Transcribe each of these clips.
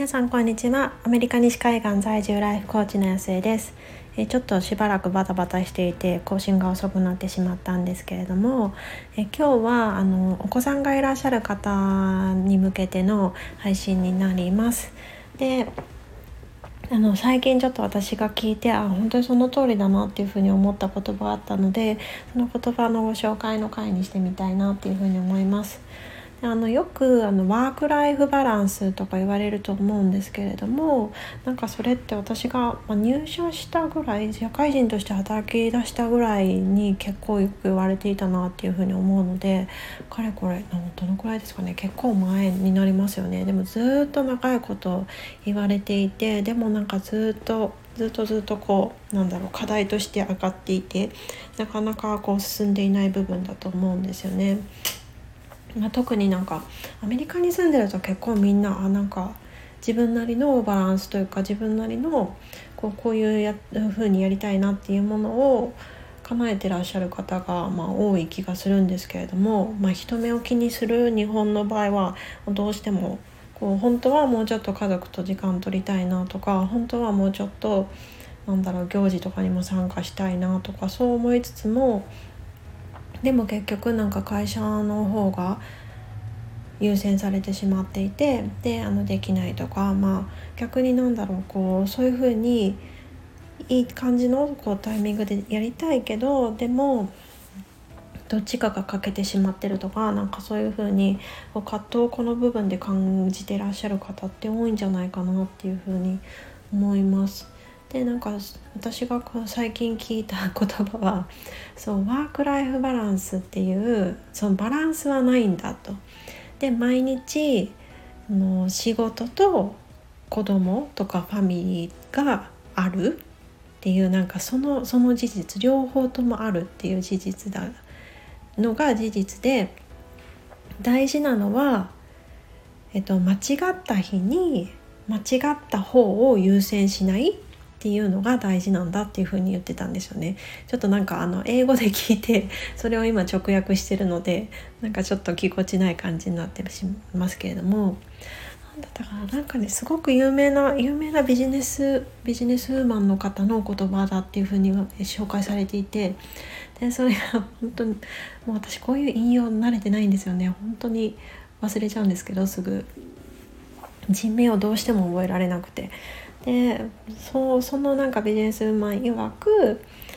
皆さんこんにちは。アメリカ西海岸在住ライフコーチの安江です。ちょっとしばらくバタバタしていて更新が遅くなってしまったんですけれども、今日はお子さんがいらっしゃる方に向けての配信になります。で、最近ちょっと私が聞いて本当にその通りだなっていうふうに思った言葉があったので、その言葉のご紹介の回にしてみたいなっていうふうに思います。よくワークライフバランスとか言われると思うんですけれども、なんかそれって私が入社したぐらい、社会人として働き出したぐらいに結構よく言われていたなっていうふうに思うので、かれこれどのくらいですかね、結構前になりますよね。でもずっと長いこと言われていて、でもなんかずっとこう課題として上がっていて、なかなかこう進んでいない部分だと思うんですよね。特にアメリカに住んでると結構みんな自分なりのバランスというか、自分なりのこういう風にやりたいなっていうものを叶えてらっしゃる方が多い気がするんですけれども、人目を気にする日本の場合はどうしても本当はもうちょっと家族と時間取りたいなとか、本当はもうちょっと行事とかにも参加したいなとか、そう思いつつも、でも結局会社の方が優先されてしまっていて、できないとか、逆にそういう風にいい感じのタイミングでやりたいけど、でもどっちかが欠けてしまってるとか、そういう風に葛藤をこの部分で感じてらっしゃる方って多いんじゃないかなっていう風に思います。で私が最近聞いた言葉は、ワークライフバランスっていうそのバランスはないんだと。で毎日仕事と子供とかファミリーがあるっていう、その事実、両方ともあるっていう事実だのが事実で、大事なのは、間違った日に間違った方を優先しないっていうのが大事なんだっていうふうに言ってたんですよね。ちょっと英語で聞いてそれを今直訳してるので、ちょっとぎこちない感じになってしまいますけれども、だからすごく有名なビジネスウーマンの方の言葉だっていうふうに紹介されていて、でそれが本当にもう私こういう引用慣れてないんですよね。本当に忘れちゃうんですけど、すぐ人名をどうしても覚えられなくて、でそのビジネスウーマン曰く、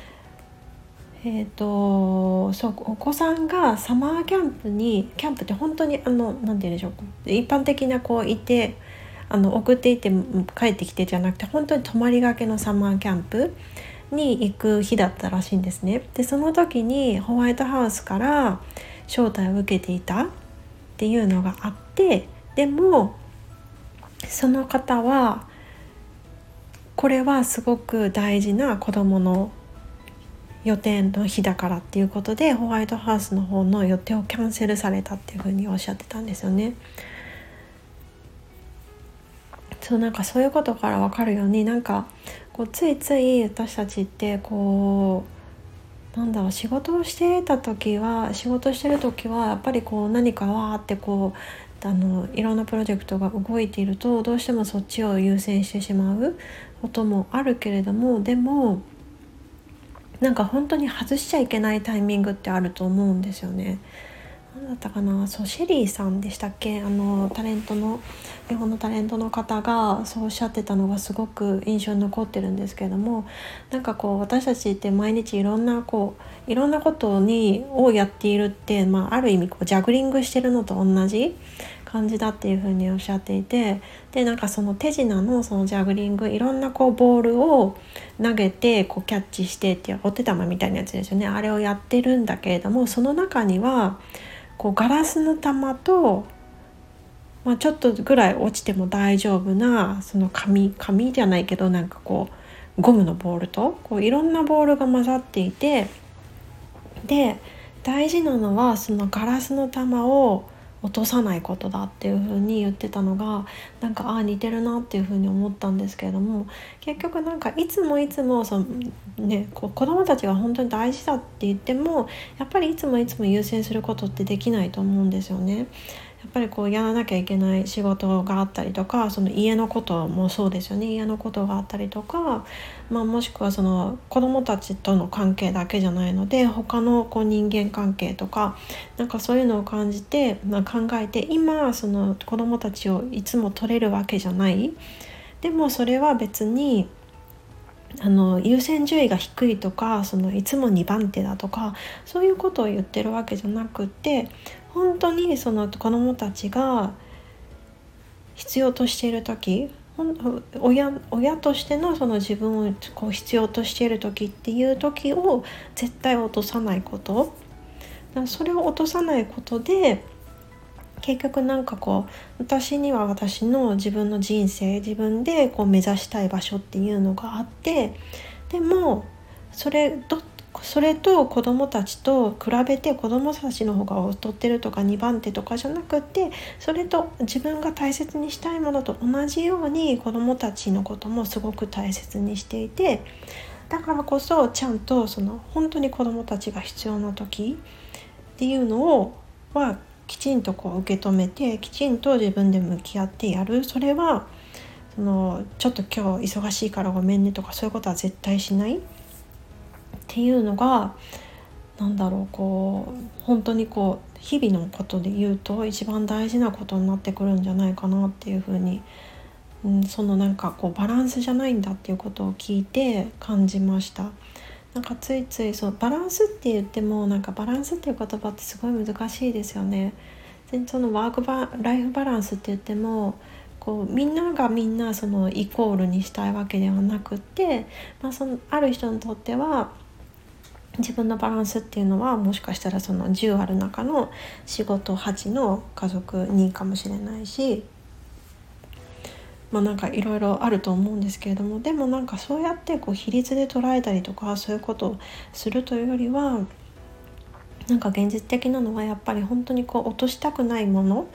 お子さんがサマーキャンプって本当になんて言うんでしょう、一般的ないて送っていって帰ってきてじゃなくて、本当に泊まりがけのサマーキャンプに行く日だったらしいんですね。でその時にホワイトハウスから招待を受けていたっていうのがあって、でもその方はこれはすごく大事な子どもの予定の日だからっていうことで、ホワイトハウスの方の予定をキャンセルされたっていうふうにおっしゃってたんですよね。そういうことから分かるように、ついつい私たちって仕事をしてる時はやっぱり何かわーっていろんなプロジェクトが動いていると、どうしてもそっちを優先してしまうこともあるけれども、でも本当に外しちゃいけないタイミングってあると思うんですよね。何だったかな、シェリーさんでしたっけ、タレントの日本のタレントの方がそうおっしゃってたのがすごく印象に残ってるんですけれども、私たちって毎日いろんなことをやっているって、ある意味ジャグリングしてるのと同じ感じだっていうふうにおっしゃっていて、でその手品のそのジャグリング、いろんなボールを投げてキャッチしてっていうお手玉みたいなやつですよね。あれをやってるんだけれども、その中にはガラスの玉と、ちょっとぐらい落ちても大丈夫なその紙じゃないけどゴムのボールといろんなボールが混ざっていて、で大事なのはそのガラスの玉を落とさないことだっていう風に言ってたのが似てるなっていう風に思ったんですけれども、結局いつも子供たちが本当に大事だって言っても、やっぱりいつも優先することってできないと思うんですよね。 っぱりこうやらなきゃいけない仕事があったりとか、その家のこともそうですよね。家のことがあったりとか、もしくはその子どもたちとの関係だけじゃないので、他のこう人間関係とかなんかそういうのを感じて、考えて、今その子どもたちをいつも取れるわけじゃない。でもそれは別に優先順位が低いとか、そのいつも2番手だとか、そういうことを言ってるわけじゃなくって、本当にその子どもたちが必要としている時、親としてのその自分をこう必要としている時っていう時を絶対落とさないこと。だからそれを落とさないことで、結局なんかこう私には私の自分の人生、自分でこう目指したい場所っていうのがあって、でもそれと子どもたちと比べて、子どもたちの方が劣ってるとか2番手とかじゃなくて、それと自分が大切にしたいものと同じように子どもたちのこともすごく大切にしていて、だからこそちゃんとその本当に子どもたちが必要な時っていうのはきちんとこう受け止めて、きちんと自分で向き合ってやる。それはそのちょっと今日忙しいからごめんねとか、そういうことは絶対しないっていうのが、こう本当にこう日々のことで言うと一番大事なことになってくるんじゃないかなっていうふうに、そのこうバランスじゃないんだっていうことを聞いて感じました。ついついそうバランスって言っても、バランスっていう言葉ってすごい難しいですよね。でそのライフバランスって言っても、こうみんながみんなそのイコールにしたいわけではなくって、そのある人にとっては自分のバランスっていうのは、もしかしたらその10ある中の仕事8の家族2かもしれないし、いろいろあると思うんですけれども、でもそうやってこう比率で捉えたりとか、そういうことをするというよりは、現実的なのはやっぱり本当にこう落としたくないもの、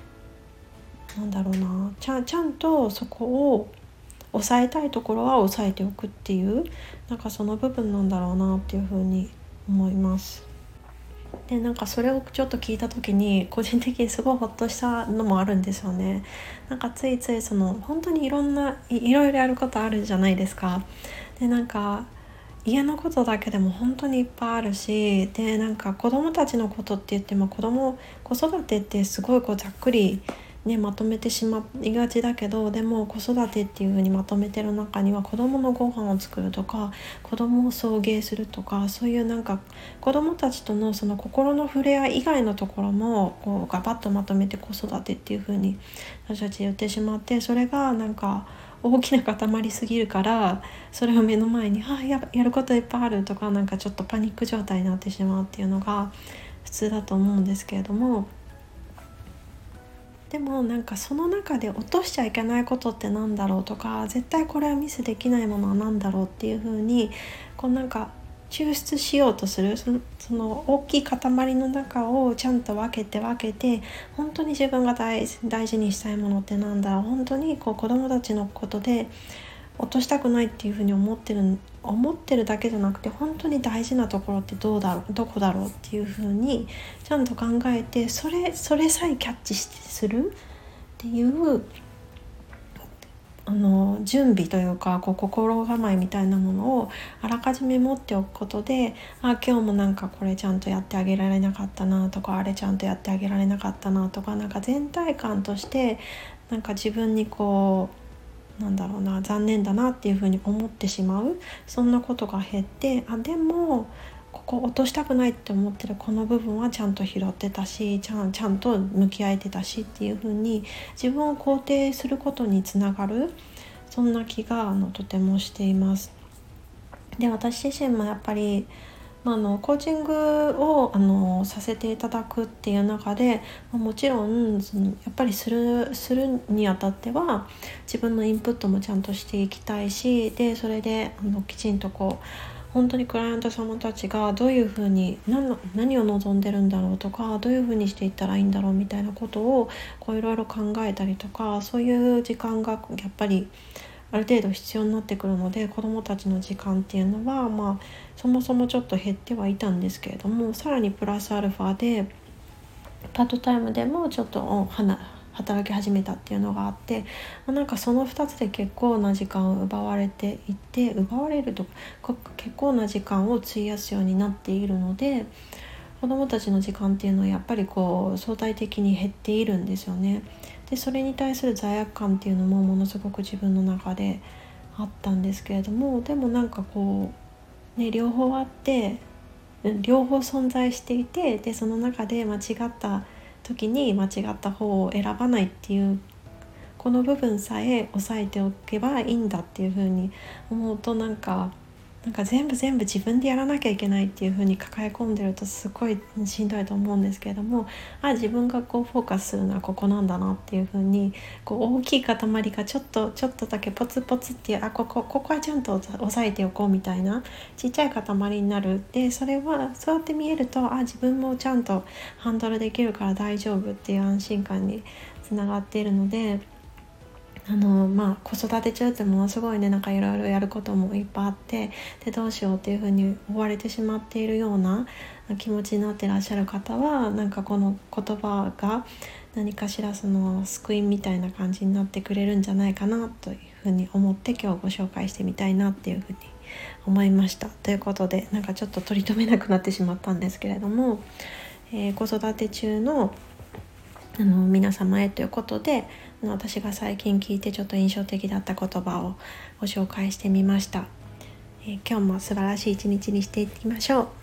ちゃんとそこを抑えたいところは抑えておくっていう、その部分なんだろうなっていうふうに思います。でそれをちょっと聞いた時に、個人的にすごいホッとしたのもあるんですよね。ついついその本当にいろいろやることあるじゃないですか。で家のことだけでも本当にいっぱいあるし、で子供たちのことって言っても、子育てってすごいこうざっくりまとめてしまいがちだけど、でも子育てっていう風にまとめてる中には、子供のご飯を作るとか、子供を送迎するとか、そういう子供たちとのその心の触れ合い以外のところもこうガバッとまとめて子育てっていう風に私たち言ってしまって、それが大きな塊すぎるから、それを目の前にやることいっぱいあるとか、ちょっとパニック状態になってしまうっていうのが普通だと思うんですけれども、でもその中で落としちゃいけないことってなんだろうとか、絶対これはミスできないものはなんだろうっていう風にこう抽出しようとする、その大きい塊の中をちゃんと分けて本当に自分が大事にしたいものってなんだろう、本当にこう子供たちのことで落としたくないっていうふうに思ってるだけじゃなくて、本当に大事なところってどこだろうっていうふうにちゃんと考えて、それさえキャッチするっていう準備というか、こう心構えみたいなものをあらかじめ持っておくことで、今日もこれちゃんとやってあげられなかったなとか、あれちゃんとやってあげられなかったなとか、全体感として自分にこう残念だなっていうふうに思ってしまう、そんなことが減って、でもここ落としたくないって思ってるこの部分はちゃんと拾ってたし、ちゃんと向き合えてたしっていうふうに自分を肯定することにつながる、そんな気がとてもしています。で私自身もやっぱりコーチングをさせていただくっていう中で、もちろんやっぱりするにあたっては自分のインプットもちゃんとしていきたいし、でそれできちんとこう本当にクライアント様たちがどういうふうに何を望んでるんだろうとか、どういうふうにしていったらいいんだろうみたいなことをいろいろ考えたりとか、そういう時間がやっぱりある程度必要になってくるので、子どもたちの時間っていうのはそもそもちょっと減ってはいたんですけれども、さらにプラスアルファでパートタイムでもちょっと働き始めたっていうのがあって、なんかその2つで結構な時間を奪われていて、奪われるとか結構な時間を費やすようになっているので、子どもたちの時間っていうのはやっぱりこう相対的に減っているんですよね。でそれに対する罪悪感っていうのもものすごく自分の中であったんですけれども、でもなんかこうね、両方あって、両方存在していて、でその中で間違った時に間違った方を選ばないっていう、この部分さえ押さえておけばいいんだっていう風に思うと、なんか全部自分でやらなきゃいけないっていう風に抱え込んでるとすごいしんどいと思うんですけれども、自分がこうフォーカスするのはここなんだなっていう風に、こう大きい塊がちょっとだけポツポツっていう、ここはちゃんと押さえておこうみたいなちっちゃい塊になる。でそれはそうやって見えると、自分もちゃんとハンドルできるから大丈夫っていう安心感につながっているので、子育て中ってものすごいね、なんかいろいろやることもいっぱいあって、でどうしようっていう風に追われてしまっているような気持ちになっていらっしゃる方は、なんかこの言葉が何かしらその救いみたいな感じになってくれるんじゃないかなという風に思って、今日ご紹介してみたいなっていう風に思いました。ということで、なんかちょっと取り留めなくなってしまったんですけれども、子育て中の皆様へということで、私が最近聞いてちょっと印象的だった言葉をご紹介してみました。今日も素晴らしい一日にしていきましょう。